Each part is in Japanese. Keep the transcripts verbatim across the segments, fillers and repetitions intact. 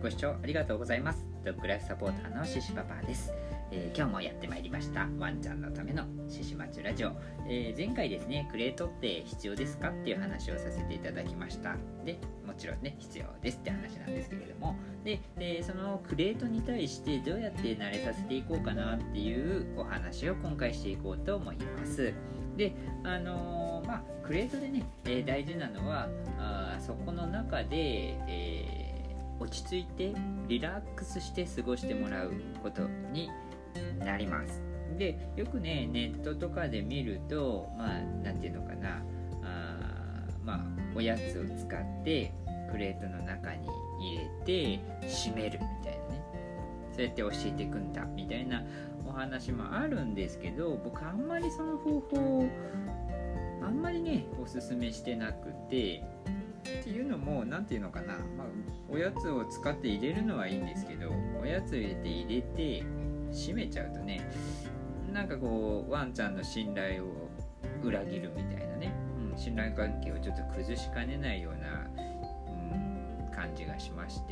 ご視聴ありがとうございます。ドッグライフサポーターのシシパパです。えー、今日もやってまいりましたワンちゃんのためのシシマチュラジオ、えー、前回ですね、クレートって必要ですかっていう話をさせていただきました。で、もちろんね必要ですって話なんですけれども、で、でそのクレートに対してどうやって慣れさせていこうかなっていうお話を今回していこうと思います。で、あのー、まあクレートでね、えー、大事なのはあそこの中で、えー落ち着いてリラックスして過ごしてもらうことになります。で、よくねネットとかで見ると、まあなんていうのかな、あまあおやつを使ってクレートの中に入れて閉めるみたいなね、そうやって教えていくんだみたいなお話もあるんですけど、僕あんまりその方法あんまりねおすすめしてなくて、っていうのもなんていうのかな、まあ、おやつを使って入れるのはいいんですけど、おやつを入れて入れて閉めちゃうとね、なんかこうワンちゃんの信頼を裏切るみたいなね、うん、信頼関係をちょっと崩しかねないような、うん、感じがしまして、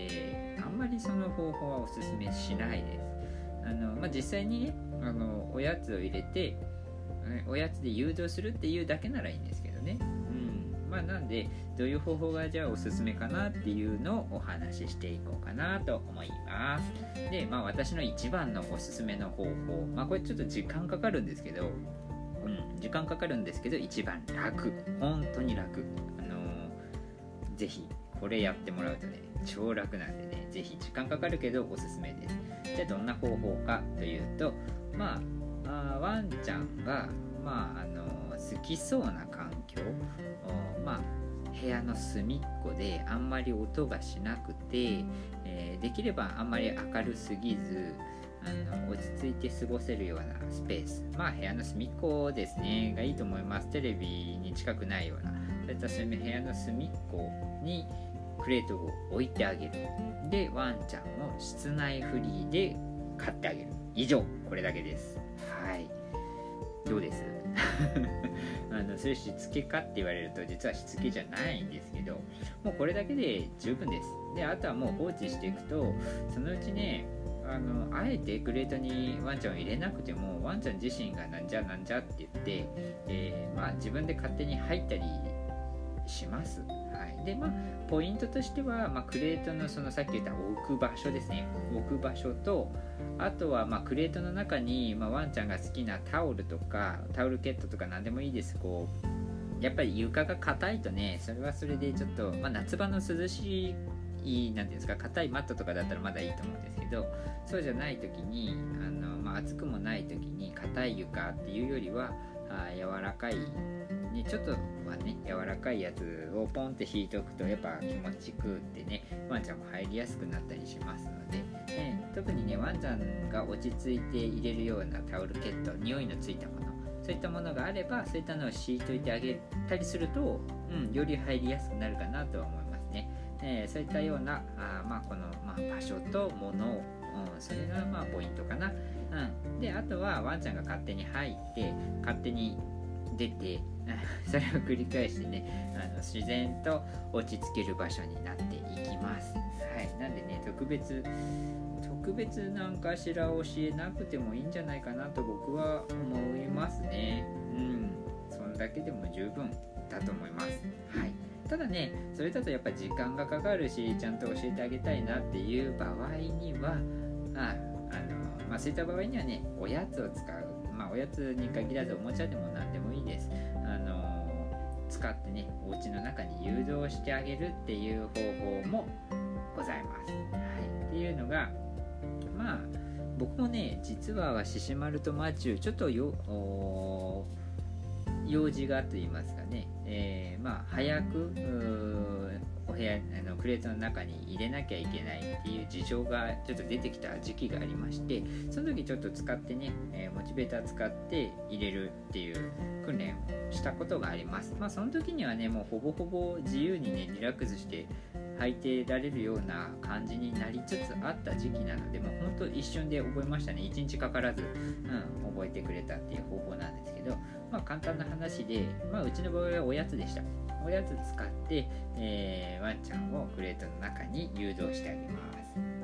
あんまりその方法はおすすめしないです。あの、まあ、実際にねあのおやつを入れておやつで誘導するっていうだけならいいんですけどね、まあ、なんでどういう方法がじゃあおすすめかなっていうのをお話ししていこうかなと思います。で、まあ私の一番のおすすめの方法、まあこれちょっと時間かかるんですけど、うん、時間かかるんですけど一番楽、本当に楽。あのー、ぜひこれやってもらうとね超楽なんでね、ぜひ時間かかるけどおすすめです。じゃあどんな方法かというと、まあ、あワンちゃんがまああのー、好きそうな環境、まあ、部屋の隅っこであんまり音がしなくて、えー、できればあんまり明るすぎず、あの落ち着いて過ごせるようなスペース、まあ部屋の隅っこですねがいいと思います。テレビに近くないようなそういったそういう部屋の隅っこにクレートを置いてあげる。で、ワンちゃんを室内フリーで飼ってあげる。以上、これだけです。はい、どうですあのそれしつけかって言われると実はしつけじゃないんですけど、もうこれだけで十分です。で、あとはもう放置していくと、そのうちねあのあえてクレートにワンちゃんを入れなくてもワンちゃん自身がなんじゃなんじゃって言って、えーまあ、自分で勝手に入ったりします。はい、でまあポイントとしては、まあ、クレートのそのさっき言った置く場所ですね、置く場所と、あとはまあクレートの中に、まあ、ワンちゃんが好きなタオルとかタオルケットとか何でもいいです。こうやっぱり床が硬いとね、それはそれでちょっと、まあ、夏場の涼しいなんていうんですか、硬いマットとかだったらまだいいと思うんですけど、そうじゃない時にあの、まあ、暑くもない時に硬い床っていうよりはあ柔らかい、ね、ちょっとはね柔らかいやつをポンって引いておくとやっぱ気持ちくってね、ワンちゃんも入りやすくなったりしますので、ね、特にねワンちゃんが落ち着いて入れるようなタオルケット、匂いのついたもの、そういったものがあればそういったのを敷いといてあげたりすると、うん、より入りやすくなるかなとは思いますね。えー、そういったようなあ、まあ、この、まあ、場所とものを、うん、それがまあポイントかな。うん、であとはワンちゃんが勝手に入って勝手に出てそれを繰り返してね、あの自然と落ち着ける場所になっていきます。はい、なんでね特別特別なんかしら教えなくてもいいんじゃないかなと僕は思いますね。うん、そんだけでも十分だと思います。はい。ただね、それだとやっぱ時間がかかるし、ちゃんと教えてあげたいなっていう場合には、あ、あの、まあ、そういった場合にはね、おやつを使う。まあ、おやつに限らずおもちゃでも何でもいいです。あの、使ってね、お家の中に誘導してあげるっていう方法もございます。はい。っていうのが、まあ、僕もね、実はシシマルとマチュー、ちょっとよ、用事がと言いますかね、えー、まあ早くお部屋あのクレートの中に入れなきゃいけないっていう事情がちょっと出てきた時期がありまして、その時ちょっと使ってね、えー、モチベーター使って入れるっていう訓練をしたことがあります。まあその時にはねもうほぼほぼ自由にねリラックスして履いてられるような感じになりつつあった時期なので、もうほんと一瞬で覚えましたね。いちにちかからず、うん、覚えてくれたっていう方法なんですけど、まあ簡単な話で、まあうちの場合はおやつでした。おやつ使って、えー、ワンちゃんをクレートの中に誘導してあげます。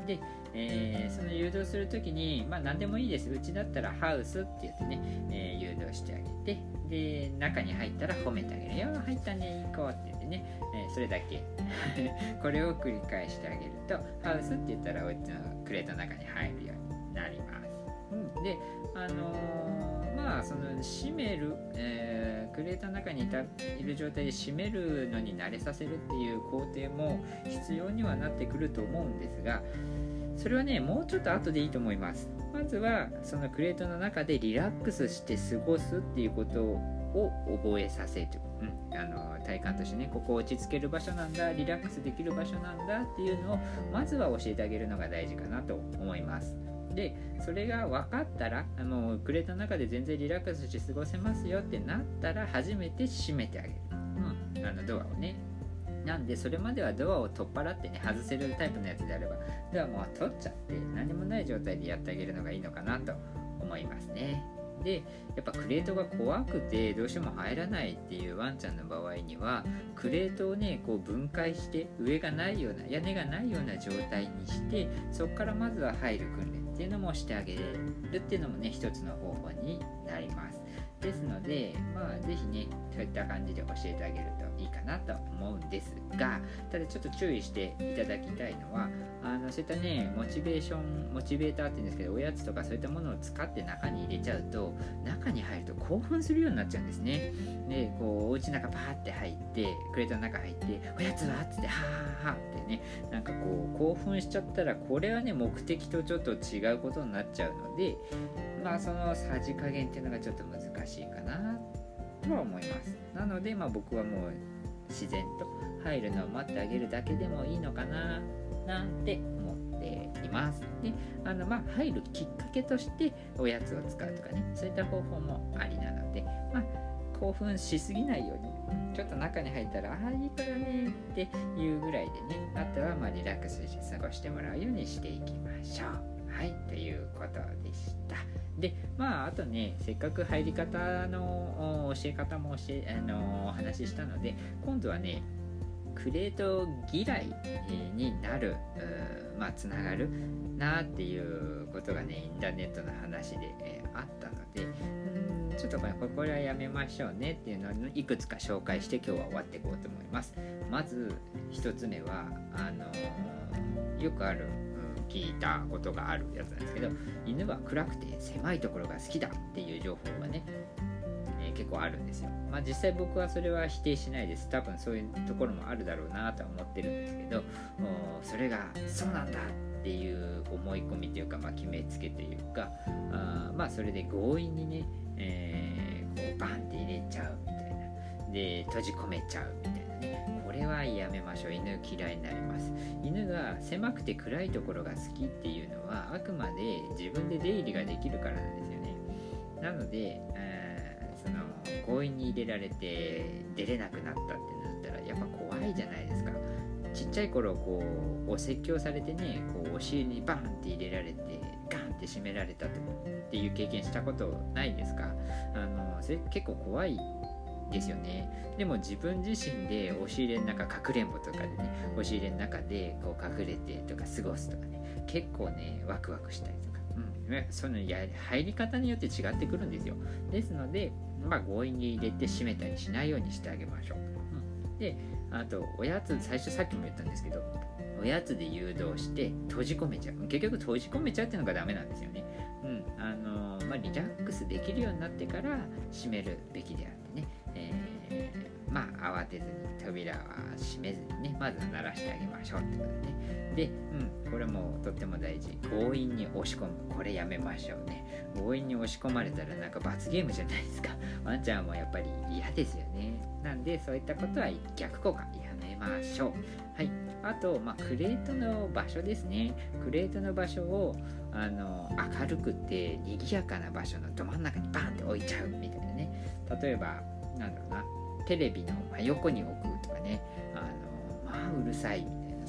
で、えー、その誘導するときに、まあ何でもいいです。うちだったらハウスって言ってね、えー、誘導してあげて、で、中に入ったら褒めてあげるよ。入ったね、行こうって言ってね、えー、それだけ。これを繰り返してあげると、ハウスって言ったらうちのクレートの中に入るようになります。うん、で、あのー、まあその閉める、えー、クレートの中にいたいる状態で閉めるのに慣れさせるっていう工程も必要にはなってくると思うんですが、それはねもうちょっと後でいいと思います。まずはそのクレートの中でリラックスして過ごすっていうことを覚えさせる、うん、あの体感としてね、ここ落ち着ける場所なんだ、リラックスできる場所なんだっていうのをまずは教えてあげるのが大事かなと思います。で、それが分かったら、あのクレートの中で全然リラックスして過ごせますよってなったら初めて閉めてあげる、うん、あのドアをね。なんでそれまではドアを取っ払ってね外せるタイプのやつであればドアもう取っちゃって何もない状態でやってあげるのがいいのかなと思いますね。で、やっぱクレートが怖くてどうしても入らないっていうワンちゃんの場合には、クレートをねこう分解して上がないような屋根がないような状態にして、そこからまずは入る訓練っていうのもしてあげるっていうのもね一つの方法になります。ですので、まあぜひねそういった感じで教えてあげるといいかなと思うんですが、ただちょっと注意していただきたいのは、あのそういったねモチベーションモチベーターっていうんですけど、おやつとかそういったものを使って中に入れちゃうと、中に入ると興奮するようになっちゃうんですね。で、こうお家の中パーって入ってクレートの中入っておやつはっつってはーはーってね、なんかこう興奮しちゃったら、これはね目的とちょっと違うことになっちゃうので、まあそのさじ加減っていうのがちょっと難しいかなとは思います。なのでまあ僕はもう自然と入るのを待ってあげるだけでもいいのかななんて思っています。で、あのまあ入るきっかけとしておやつを使うとかね、そういった方法もありなので、まあ興奮しすぎないように、ちょっと中に入ったらああいいからねっていうぐらいでね、あとはまあリラックスして過ごしてもらうようにしていきましょう。はい、ということでした。で、まああとね、せっかく入り方の教え方も教え、あのー、話したので、今度はねクレート嫌いになる、まあつながるなっていうことがねインターネットの話で、えー、あったので、うんちょっとこれこれはやめましょうねっていうのをいくつか紹介して今日は終わっていこうと思います。まず一つ目はあのー、よくある聞いたことがあるやつなんですけど、犬は暗くて狭いところが好きだっていう情報がね、えー、結構あるんですよ。まあ実際僕はそれは否定しないです。多分そういうところもあるだろうなとは思ってるんですけど、それがそうなんだっていう思い込みというか、まあ、決めつけというか、あまあそれで強引にね、えー、こうバンって入れちゃうみたいな、で閉じ込めちゃうみたいなね、これはやめましょう。犬嫌いになります。犬が狭くて暗いところが好きっていうのはあくまで自分で出入りができるからなんですよね。なので、えー、その強引に入れられて出れなくなったってなったらやっぱ怖いじゃないですか。ちっちゃい頃こうお説教されてね、こうお尻にバンって入れられてガンって締められたっていう経験したことないですか？あのそれ結構怖いですよね。でも自分自身で押し入れの中、かくれんぼとかでね押し入れの中でこう隠れてとか過ごすとかね、結構ねワクワクしたりとか、うん、そのや入り方によって違ってくるんですよ。ですのでまあ強引に入れて閉めたりしないようにしてあげましょう。うん、であとおやつ、最初さっきも言ったんですけど、おやつで誘導して閉じ込めちゃう、結局閉じ込めちゃうっていうのがダメなんですよね。うんあのまあ、リラックスできるようになってから閉めるべきであってね、えー、まあ慌てずに扉は閉めずにね、まずは鳴らしてあげましょうってことでね。で、うん、これもとっても大事。強引に押し込む、これやめましょうね。強引に押し込まれたらなんか罰ゲームじゃないですか。ワンちゃんもやっぱり嫌ですよね。なんでそういったことは逆効果やめましょう。はい。あと、まあ、クレートの場所ですね。クレートの場所をあの明るくて賑やかな場所のど真ん中にバーンって置いちゃうみたいなね。例えばなんだろうな、テレビの真横に置くとかね、あのまあうるさいみたいな、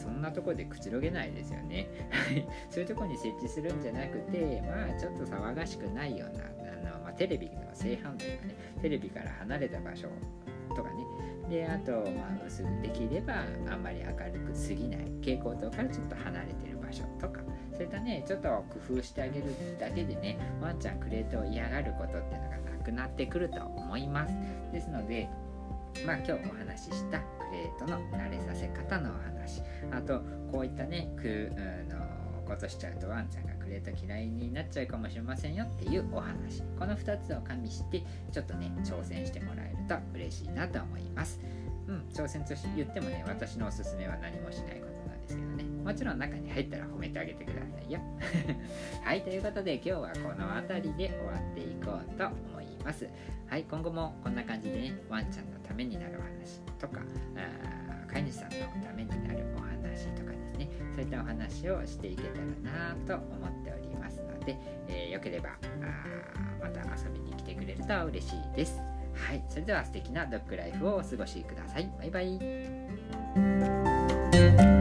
そんなところでくつろげないですよねそういうところに設置するんじゃなくて、まあちょっと騒がしくないようなあの、まあ、テレビの正反対とかね、テレビから離れた場所とかね、であと、まあ、薄くできればあんまり明るくすぎない蛍光灯からちょっと離れてる場所とか、そういったねちょっと工夫してあげるだけでね、ワンちゃんクレートを嫌がることっていうのがなくなってくると思います。ですので、まあ今日お話ししたクレートの慣れさせ方のお話、あとこういったねくのことしちゃうとワンちゃんがクレート嫌いになっちゃうかもしれませんよっていうお話、このふたつを加味してちょっとね挑戦してもらえると嬉しいなと思います。うん、挑戦として言ってもね、私のおすすめは何もしないことなんですけどね、もちろん中に入ったら褒めてあげてくださいよはい、ということで今日はこの辺りで終わっていこうと思います。はい、今後もこんな感じでね、ワンちゃんのためになるお話とか、あ飼い主さんのためになるお話とかですね、そういったお話をしていけたらなと思っておりますので、えー、よければあまた遊びに来てくれると嬉しいです。はい、それでは素敵なドッグライフをお過ごしください。バイバイ。